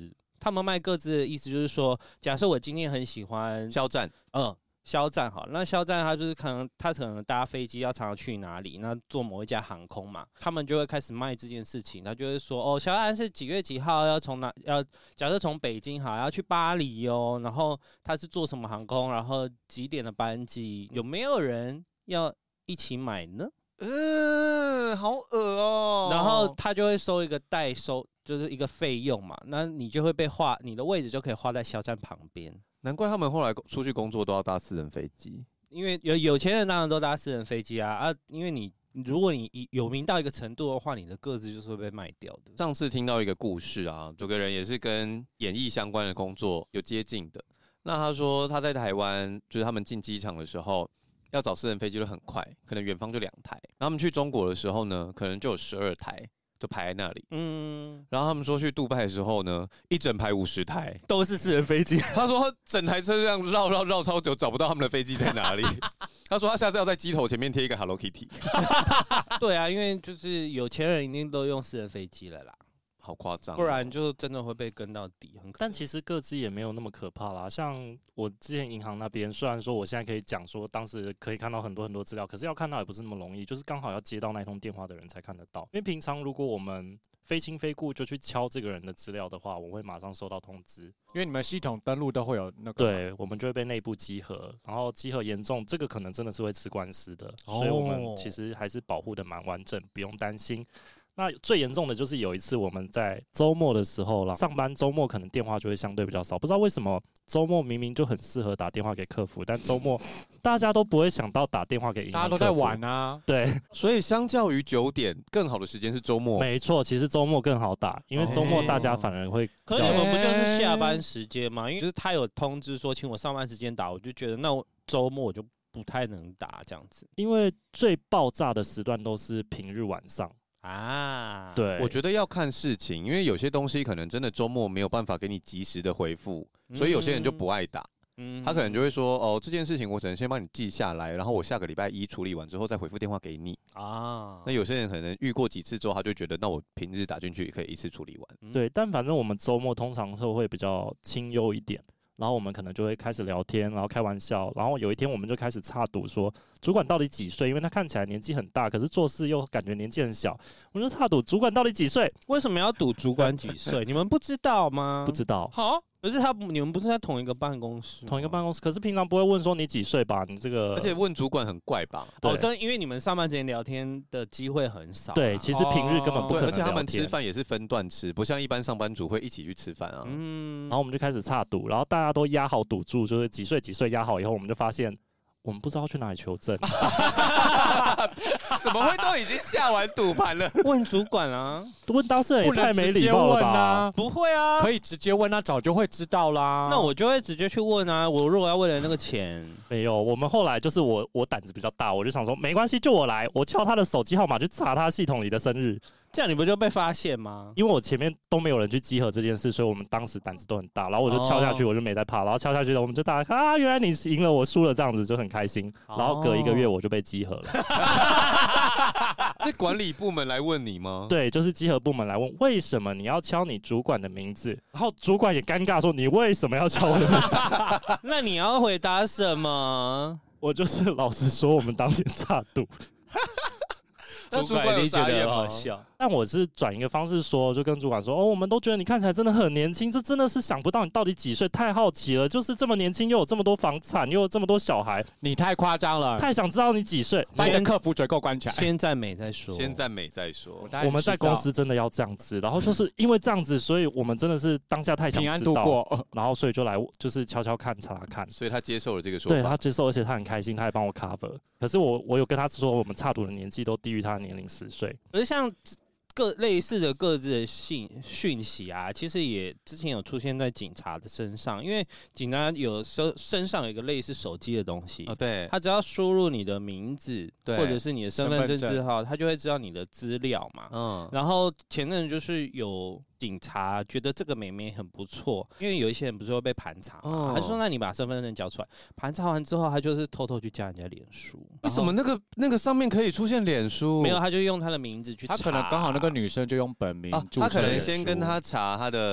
他们卖个资的意思就是说，假设我今天很喜欢肖战， 肖战好，那肖战他就是可能搭飞机要常常去哪里，那坐某一家航空嘛，他们就会开始卖这件事情，他就会说肖战是几月几号要假设从北京好要去巴黎哦，然后他是坐什么航空，然后几点的班机，有没有人要一起买呢？ 好恶哦。 然后他就会收一个代收，就是一个费用嘛，那你就会你的位置就可以画在肖战旁边。 难怪他们后来出去工作都要搭私人飞机， 因为有钱人当然都搭私人飞机啊，因为如果你有名到一个程度的话，你的个子就是会被卖掉的。 上次听到一个故事啊，有个人也是跟演艺相关的工作有接近的，那他说他在台湾，就是他们进机场的时候要找私人飞机都很快，可能远方就2台，然后他们去中国的时候呢，可能就有12台。就排在那里，然后他们说去杜拜的时候呢，一整排50台都是私人飞机。 他说他整台车这样绕超久，找不到他们的飞机在哪里。他说他下次要在机头前面贴一个 Hello Kitty。 对啊，因为就是有钱人一定都用私人飞机了啦。 好夸张， 不然就真的会被跟到底，很可怕。 但其实个资也没有那么可怕啦。像我之前银行那边，虽然说我现在可以讲说当时可以看到很多资料，可是要看到也不是那么容易，就是刚好要接到那通电话的人才看得到。因为平常如果我们非亲非故就去敲这个人的资料的话，我会马上收到通知。 因为你们系统登录都会有那个， 对，我们就会被内部稽核，然后稽核严重，这个可能真的是会吃官司的，所以我们其实还是保护的蛮完整，不用担心。那最严重的就是有一次我们在周末的时候啦，上班周末可能电话就会相对比较少，不知道为什么周末明明就很适合打电话给客服，但周末大家都不会想到打电话给银行客服， 大家都在玩啊。 对， 所以相较于9点，更好的时间是周末。 没错，其实周末更好打，因为周末大家反而会。 可是你们不就是下班时间吗？因为就是他有通知说请我上班时间打，我就觉得那我周末我就不太能打这样子。 因为最爆炸的时段都是平日晚上。对， 我觉得要看事情，因为有些东西可能真的周末没有办法给你及时的回复，所以有些人就不爱打。他可能就会说，这件事情我只能先帮你记下来，然后我下个礼拜1处理完之后再回复电话给你啊。那有些人可能遇过几次之后，他就觉得，那我平日打进去也可以一次处理完。 对，但反正我们周末通常都会比较清幽一点。然后我们可能就会开始聊天，然后开玩笑，然后有一天我们就开始插赌说主管到底几岁，因为他看起来年纪很大，可是做事又感觉年纪很小，我们就插赌主管到底几岁？ 为什么要赌主管几岁？你们不知道吗？ 不知道。 好，可是你们不是在同一个办公室？ 同一个办公室，可是平常不会问说你几岁吧？你这个， 而且问主管很怪吧？ 对，因为你们上班之前聊天的机会很少。 对，其实平日根本不可能聊天。 而且他们吃饭也是分段吃，不像一般上班族会一起去吃饭啊。 然后我们就开始插赌，然后大家都压好赌注，就是几岁压好以后，我们就发现我们不知道去哪里求证。 怎么会都已经下完赌盘了？ 问主管啊， 问当事人也太没礼貌了吧？ 不会啊， 可以直接问，他早就会知道啦。 那我就会直接去问啊。我如果要为了那个钱， 没有。我们后来就是我胆子比较大，我就想说没关系，就我来，我敲他的手机号码去查他系统里的生日。 这样你不就被发现吗？ 因为我前面都没有人去稽核这件事，所以我们当时胆子都很大，然后我就敲下去，我就没在怕，然后敲下去了，我们就大家看原来你赢了，我输了，这样子就很开心。然后隔1个月我就被稽核了。 是管理部门来问你吗？ 对，就是稽核部门来问，为什么你要敲你主管的名字？然后主管也尴尬说，你为什么要敲我的名字？ 那你要回答什么？ 我就是老实说，我们当天插赌。 主管一定觉得很好笑， 但我是转一个方式说，就跟主管说，我们都觉得你看起来真的很年轻，这真的是想不到你到底几岁，太好奇了，就是这么年轻，又有这么多房产，又有这么多小孩， 你太夸张了， 太想知道你几岁， 把你的客服嘴给我关起来， 先赞美再说， 先赞美再说。 我们在公司真的要这样子，然后就是因为这样子，所以我们真的是当下太想知道， 平安度过， 然后所以就来就是悄悄看查看， 所以他接受了这个说法， 对他接受，而且他很开心，他还帮我 cover。可是我有跟他说，我们插赌的年纪都低于他的年龄10岁。 可是像类似的各自的讯息啊，其实也之前有出现在警察的身上，因为警察有时候身上有一个类似手机的东西， 对， 他只要输入你的名字或者是你的身份证字号，他就会知道你的资料嘛。然后前阵就是有警察觉得这个妹妹很不错，因为有一些人不是会被盘查嘛，他就说那你把身份证交出来，盘查完之后，他就是偷偷去加人家脸书。 为什么那个上面可以出现脸书？ 没有，他就用他的名字去查， 他可能刚好那个女生就用本名注册， 他可能先跟他查他的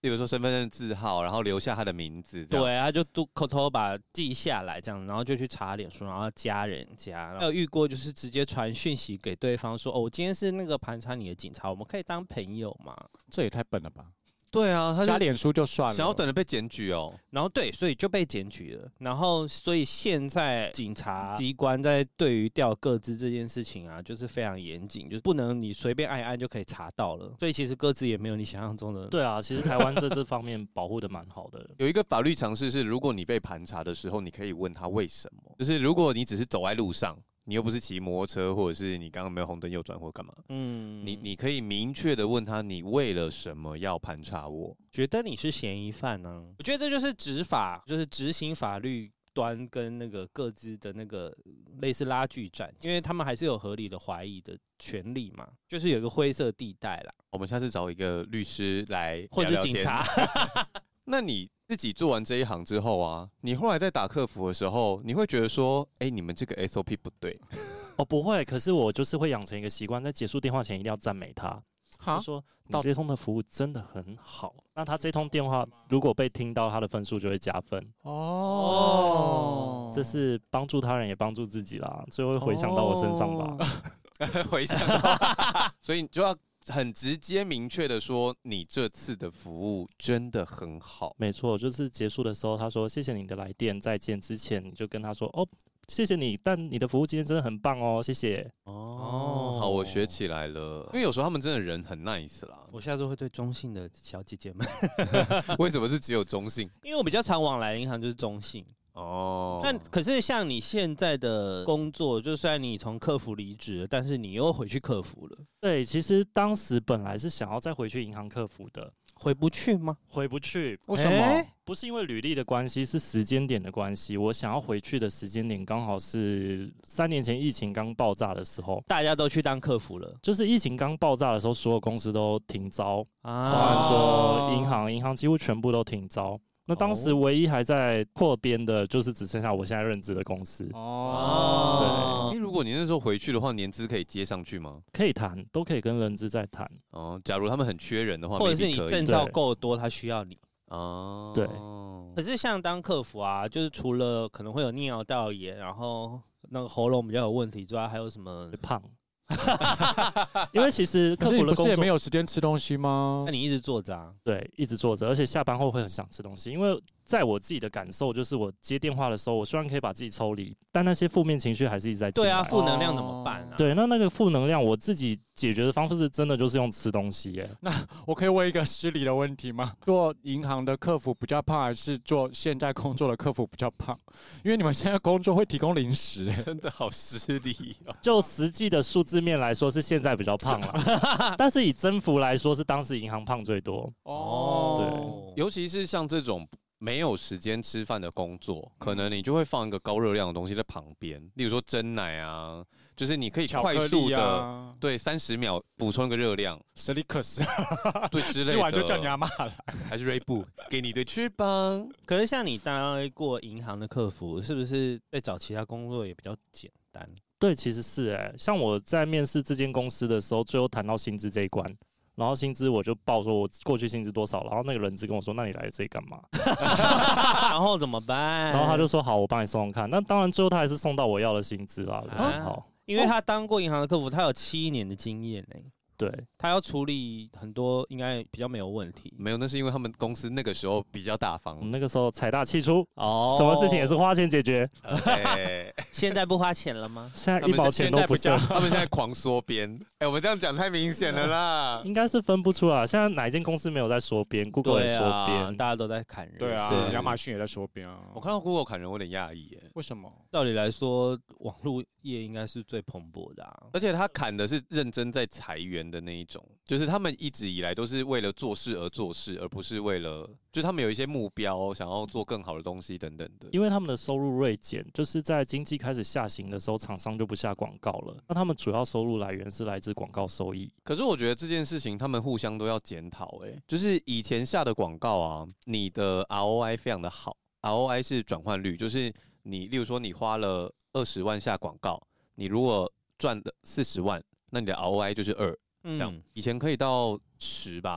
例如说身份证字号，然后留下他的名字， 对，他就偷偷把记下来这样，然后就去查脸书，然后加人家。还有遇过就是直接传讯息给对方说，我今天是那个盘查你的警察，我们可以当朋友吗？ 这也太笨了吧。 对啊，他加脸书就算了， 想要等着被检举哦。 然后对，所以就被检举了。然后所以现在警察机关在对于调个资这件事情啊，就是非常严谨，就是不能你随便按一按就可以查到了。所以其实个资也没有你想象中的。 对啊，其实台湾在这方面保护的蛮好的。 有一个法律常识是，如果你被盘查的时候，你可以问他为什么。就是如果你只是走在路上。你又不是骑摩托车，或者是你刚刚没有红灯右转或干嘛？你可以明确的问他，你为了什么要盘查我？ 觉得你是嫌疑犯呢？我觉得这就是执法，就是执行法律端跟那个各自的那个类似拉锯战，因为他们还是有合理的怀疑的权利嘛，就是有一个灰色地带啦。 我们下次找一个律师来聊聊天， 或者是警察。 那你自己做完这一行之后啊，你后来在打客服的时候，你会觉得说，你们这个 SOP 不对？ 不会，可是我就是会养成一个习惯，在结束电话前一定要赞美他，就说你这通的服务真的很好。那他这通电话如果被听到，他的分数就会加分。这是帮助他人也帮助自己啦，所以会回想到我身上吧。 回想到，所以你就要很直接明确的说，你这次的服务真的很好。 没错，就是结束的时候，他说谢谢你的来电，再见之前你就跟他说谢谢你，但你的服务今天真的很棒哦，谢谢。 好，我学起来了。因为有时候他们真的人很 nice 啦。 我下次会对中信的小姐姐们。 为什么是只有中信？ 因为我比较常往来的银行就是中信。但可是像你现在的工作，就算你从客服离职了，但是你又回去客服了。 对，其实当时本来是想要再回去银行客服的。 回不去吗？ 回不去， 为什么？ 不是因为履历的关系，是时间点的关系。我想要回去的时间点刚好是3年前疫情刚爆炸的时候， 大家都去当客服了。 就是疫情刚爆炸的时候，所有公司都停招，包含说银行几乎全部都停招。那当时唯一还在扩编的，就是只剩下我现在任职的公司。对。 如果你那时候回去的话，年资可以接上去吗？ 可以谈，都可以跟人资再谈。 假如他们很缺人的话， 或者是你证照够多，他需要你。 对。 可是像当客服啊，就是除了可能会有尿道炎，然后那个喉咙比较有问题之外，还有什么胖？因为其实客服的工作不是也没有时间吃东西吗？ 那你一直坐着啊？ 对，一直坐着，而且下班后会很想吃东西。因为在我自己的感受，就是我接电话的时候，我虽然可以把自己抽离，但那些负面情绪还是一直在进来。 对啊，负能量怎么办啊？ 对，那个负能量，我自己解决的方式是真的就是用吃东西耶。 那我可以问一个失礼的问题吗？做银行的客服比较胖，还是做现在工作的客服比较胖？因为你们现在工作会提供零食， 真的好失礼哦。 就实际的数字面来说，是现在比较胖了，但是以增幅来说，是当时银行胖最多。 对，尤其是像这种没有时间吃饭的工作，可能你就会放一个高热量的东西在旁边，例如说珍奶啊，就是你可以快速的对30秒补充一个热量 ，Snickers 对之类的， 吃完就叫你阿嬷来， 还是 Reibu 给你对翅膀。 可是像你当过银行的客服，是不是在找其他工作也比较简单？ 对，其实是像我在面试这间公司的时候，最后谈到薪资这一关。然后薪资我就报说我过去薪资多少，然后那个人资跟我说，那你来这里干嘛？ 然后怎么办？ 然后他就说好，我帮你送送看。那当然最后他还是送到我要的薪资啦。好， 因为他当过银行的客服，他有7年的经验呢。 对， 他要处理很多，应该比较没有问题。 没有，那是因为他们公司那个时候比较大方， 那个时候财大气粗，什么事情也是花钱解决。 现在不花钱了吗？ 现在1毛钱都不挣， 他们现在狂缩编。我们这样讲太明显了啦。 应该是分不出来，现在哪一间公司没有在缩编 ？Google 也缩编， 大家都在砍人。 对啊，亚马逊也在缩编啊。 我看到 Google 砍人，我有点讶异耶。 为什么？ 道理来说，网络业应该是最蓬勃的啊。 而且他砍的是认真在裁员的那一种，就是他们一直以来都是为了做事而做事，而不是为了，就他们有一些目标，想要做更好的东西等等的。 因为他们的收入锐减，就是在经济开始下行的时候，厂商就不下广告了。那他们主要收入来源是来自广告收益。 可是我觉得这件事情他们互相都要检讨，就是以前下的广告啊，你的 ROI 非常的好 ，ROI 是转换率，就是你，例如说你花了20万下广告，你如果赚的40万，那你的 ROI 就是2，这样。以前可以到10吧。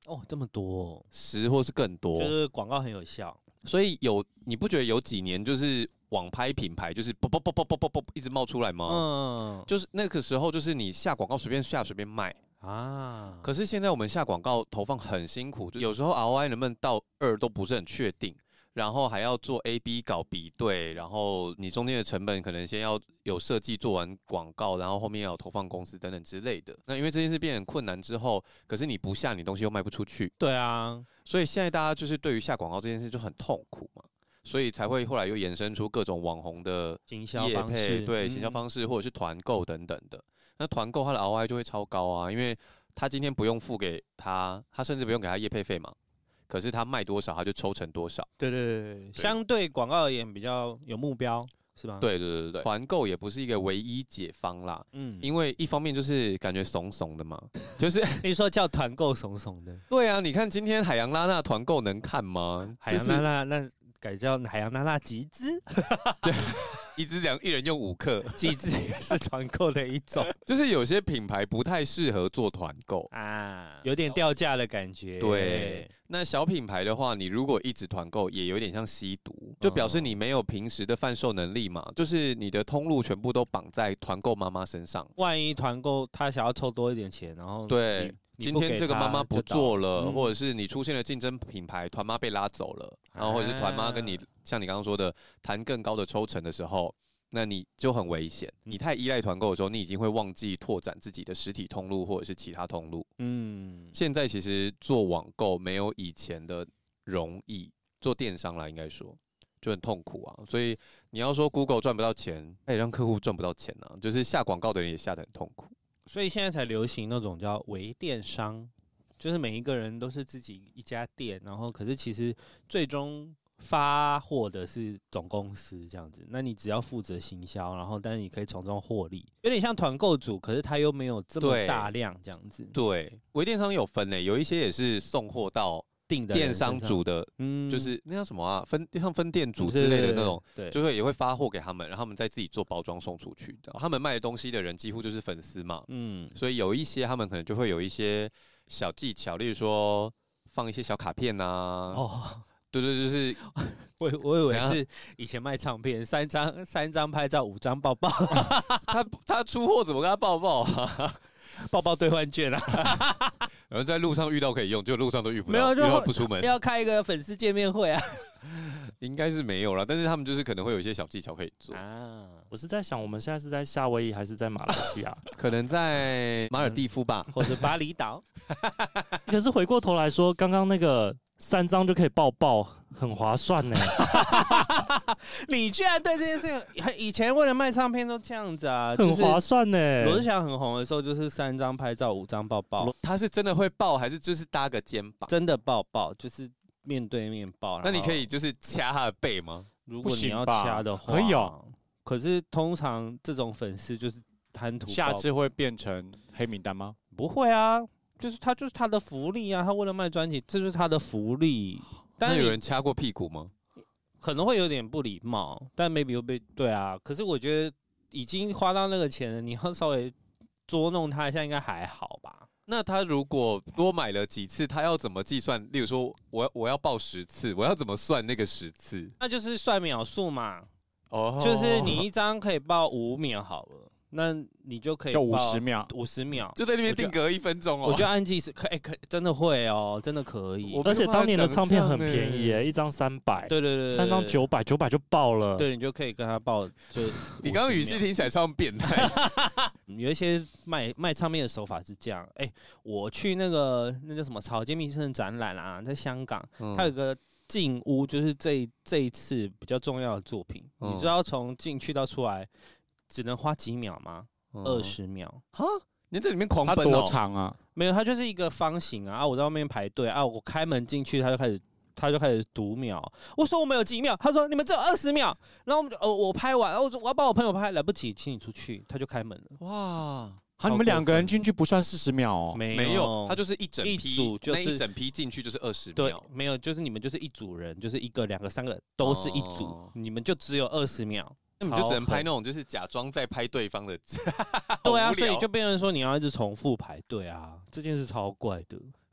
哦，这么多 ，10或是更多， 就是广告很有效。 所以你不觉得有几年就是网拍品牌就是啵啵啵啵啵啵啵一直冒出来吗？就是那个时候就是你下广告随便下随便卖啊。可是现在我们下广告投放很辛苦，就有时候 ROI 能不能到2都不是很确定。然后还要做 A/B 搞比对，然后你中间的成本可能先要有设计做完广告，然后后面要有投放公司等等之类的。那因为这件事变得困难之后，可是你不下，你东西又卖不出去。 对啊， 所以现在大家就是对于下广告这件事就很痛苦嘛，所以才会后来又衍生出各种网红的行销方式， 对，行销方式或者是团购等等的。那团购它的 ROI 就会超高啊，因为他今天不用付给他甚至不用给他业配费嘛。可是他卖多少，他就抽成多少。 对，相对广告而言比较有目标，是吧？ 对，团购也不是一个唯一解方啦。因为一方面就是感觉怂怂的嘛，就是你说叫团购怂怂的。 对啊，你看今天海洋拉娜团购能看吗？ 海洋拉娜那改叫海洋拉娜集资。 对。一人用5克， 集资也是团购的一种， 就是有些品牌不太适合做团购啊，有点掉价的感觉。 对，那小品牌的话，你如果一直团购，也有点像吸毒，就表示你没有平时的贩售能力嘛，就是你的通路全部都绑在团购妈妈身上。 万一团购他想要抽多一点钱，然后对。今天这个妈妈不做了，或者是你出现了竞争品牌，团妈被拉走了，然后或者是团妈跟你像你刚刚说的谈更高的抽成的时候，那你就很危险。你太依赖团购的时候，你已经会忘记拓展自己的实体通路或者是其他通路。现在其实做网购没有以前的容易，做电商啦应该说就很痛苦啊。所以你要说 Google 赚不到钱，也让客户赚不到钱啊，就是下广告的人也下得很痛苦。 所以现在才流行那种叫微电商，就是每一个人都是自己一家店，然后可是其实最终发货的是总公司这样子。那你只要负责行销，然后但是你可以从中获利，有点像团购主，可是他又没有这么大量这样子。 对，微电商有分有一些也是送货到电商主的，就是那叫什么啊，像分店主之类的那种，对，就会也会发货给他们，然后他们再自己做包装送出去。他们卖的东西的人几乎就是粉丝嘛，所以有一些他们可能就会有一些小技巧，例如说放一些小卡片啊。对，就是我以为是以前卖唱片，3张拍照，5张抱抱。 他出货怎么跟他抱抱啊？ 抱抱兑换券啊， 然后在路上遇到可以用，就路上都遇不到， 没有就遇到不出门。 要开一个粉丝见面会啊， 应该是没有啦，但是他们就是可能会有一些小技巧可以做啊。 我是在想，我们现在是在夏威夷还是在马来西亚？ 可能在马尔地夫吧， 或者巴厘岛。 可是回过头来说，刚刚那个3张就可以抱抱，很划算呢。 你居然对这件事情，以前为了卖唱片都这样子啊， 很划算呢。 罗志祥很红的时候，就是3张拍照，5张抱抱。 他是真的会抱，还是就是搭个肩膀？ 真的抱抱，就是面对面抱。 那你可以就是掐他的背吗？ 如果你要掐的话， 可以哦。 可是通常这种粉丝就是贪图， 下次会变成黑名单吗？ 不会啊。就是他的福利啊，他为了卖专辑，这就是他的福利。 但有人掐过屁股吗？ 可能会有点不礼貌，但 maybe 又被对啊。可是我觉得已经花到那个钱了，你要稍微捉弄他一下，应该还好吧？ 那他如果多买了几次，他要怎么计算？例如说，我要报10次，我要怎么算那个10次？ 那就是算秒数嘛。就是你一张可以报5秒好了。那你就可以就50秒 ，50秒就在那边定格1分钟哦。 我觉得按计时可真的会哦，真的可以。 而且当年的唱片很便宜耶，1张300。 对 ，3张900就爆了。 对，你就可以跟他报。就你刚刚语气听起来超变态。 有一些卖唱片的手法是这样，我去那叫什么草间弥生的展览啊，在香港，他有个进屋，就是这一次比较重要的作品，你知道从进去到出来。只能花几秒吗？20秒。哈， 你在里面狂奔多长啊？ 没有，它就是一个方形啊。我在外面排队啊，我开门进去，他就开始读秒。我说我们有几秒，他说你们只有20秒。然后我们我拍完，然后我说我要帮我朋友拍，来不及，请你出去，他就开门了。哇！ 你们2个人进去不算40秒哦？ 没有，他就是一整批， 就是那一整批进去就是20秒。 对，没有，就是你们就是一组人，就是1个、2个、3个都是一组，你们就只有20秒。 那你就只能拍那种就是假装在拍对方的， 对啊，所以就变成说你要一直重复排队啊，这件事超怪的。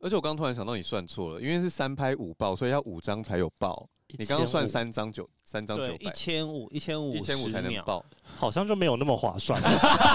而且我刚突然想到你算错了，因为是3拍5报，所以要5张才有报。你刚刚算3张900， 对，1500 才能报， 好像就没有那么划算。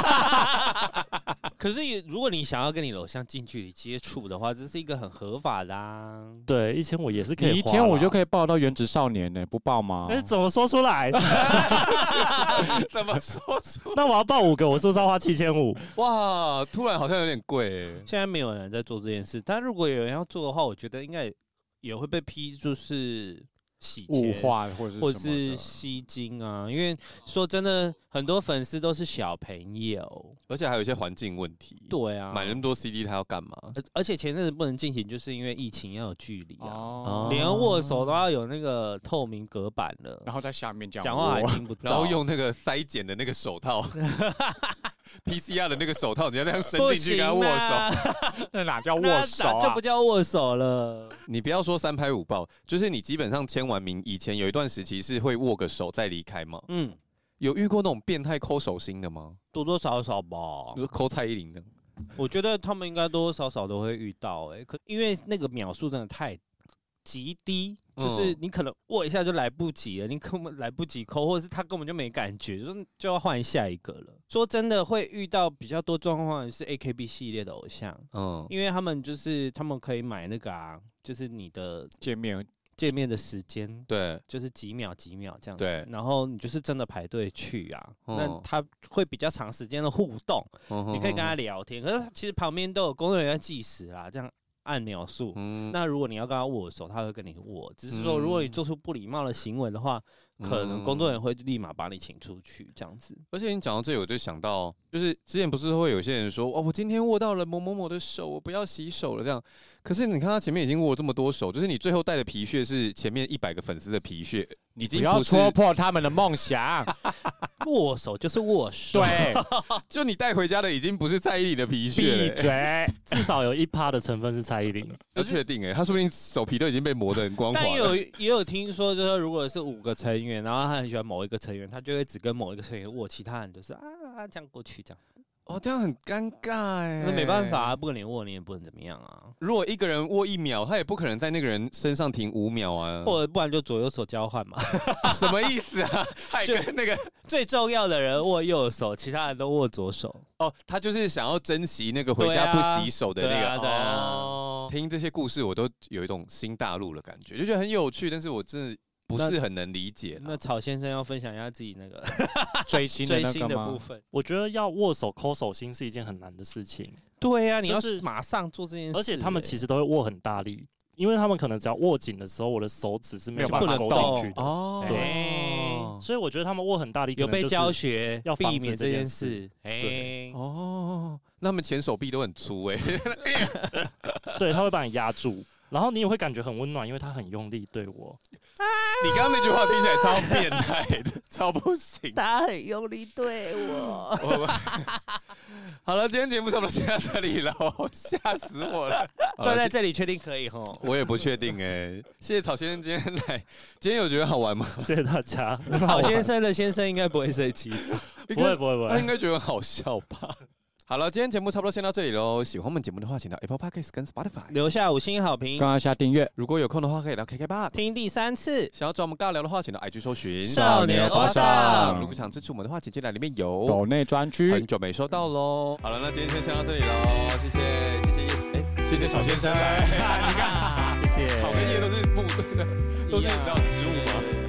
可是如果你想要跟你偶像近距离接触的话，这是一个很合法的啊。 对，1500也是可以。 你1500就可以报到原子少年呢，不报吗？ 怎么说出来？ 怎么说出来？ 那我要报5个，我是不是要花7500？ 哇，突然好像有点贵。 现在没有人在做这件事，但如果有人要做的话，我觉得应该也会被批，就是洗钱、 物化或者是吸金啊。因为说真的，很多粉丝都是小朋友， 而且还有一些环境问题。 对啊， 买那么多 CD 他要干嘛？ 而且前阵子不能进行，就是因为疫情要有距离啊，连握手都要有那个透明隔板了， 然后在下面讲话还听不到， 然后用那个筛检的那个手套。PCR 的那个手套，你要那样伸进去跟他握手， 那哪叫握手啊？ 这不叫握手了。 你不要说3拍5报，就是你基本上签完名，以前有一段时期是会握个手再离开嘛。有遇过那种变态抠手心的吗？ 多多少少吧， 比如抠蔡依林的。 我觉得他们应该多多少少都会遇到可因为那个秒数真的太极低。就是你可能握一下就来不及了，你根本来不及抠，或者是他根本就没感觉，就要换下一个了。说真的，会遇到比较多状况的是 AKB 系列的偶像，因为他们可以买那个就是你的见面的时间， 对， 就是几秒这样子， 对， 然后你就是真的排队去啊，那他会比较长时间的互动，你可以跟他聊天，可是其实旁边都有工作人员计时啦，这样。按秒数，那如果你要跟他握手，他会跟你握。只是说，如果你做出不礼貌的行为的话，可能工作人员会立马把你请出去，这样子。 而且你讲到这里，我就想到，就是之前不是会有些人说，哦，我今天握到了某某某的手，我不要洗手了这样。可是你看他前面已经握了这么多手，就是你最后戴的皮屑是前面100个粉丝的皮屑，已经不要戳破他们的梦想。 握手就是握手， 对， 就你带回家的已经不是蔡依林的皮屑， 闭嘴， 至少有1%的成分是蔡依林。 要确定他说不定手皮都已经被磨得很光滑。 但也有听说，就是如果是5个成员，然后他很喜欢某一个成员，他就会只跟某一个成员握，其他人就是这样过去这样。 哦，这样很尴尬那没办法不跟你握，你也不能怎么样啊。 如果一个人握1秒，他也不可能在那个人身上停5秒啊。 或者不然就左右手交换嘛。 什么意思啊？还跟那个最重要的人握右手，其他人都握左手。 哦，他就是想要珍惜那个回家不洗手的那个。 对啊。 听这些故事，我都有一种新大陆的感觉，就觉得很有趣，但是我真的不是很能理解。 那草先生要分享一下自己那个追星的部分。 我觉得要握手抠手心是一件很难的事情。 对呀，你要是马上做这件事， 而且他们其实都会握很大力，因为他们可能只要握紧的时候，我的手指是没有办法勾进去的。 哦， 对，所以我觉得他们握很大力， 有被教学要避免这件事。 对， 那他们前手臂都很粗对，他会把你压住。然后你也会感觉很温暖，因为他很用力对我。 你刚刚那句话听起来超变态的，超不行。 他很用力对我。 好了，今天节目差不多先到这里了，吓死我了。 都在这里，确定可以吼？ 我也不确定谢谢草先生今天来，今天有觉得好玩吗？ 谢谢大家。 草先生的先生应该不会生气， 不会， 他应该觉得很好笑吧。好了，今天节目差不多先到这里喽。喜欢我们节目的话，请到 Apple Podcast 跟 Spotify 留下5星好评， 刚刚下订阅。 如果有空的话，可以到 KKBOX 听第3次。 想要找我们尬聊的话，请到 IG 搜寻少年欧巴桑。 如果想支持我们的话，请进来里面有抖内专区， 很久没收到喽。好了，那今天先到这里喽，谢谢小先生来，你看， 谢谢。 草跟叶都是你知道植物吗？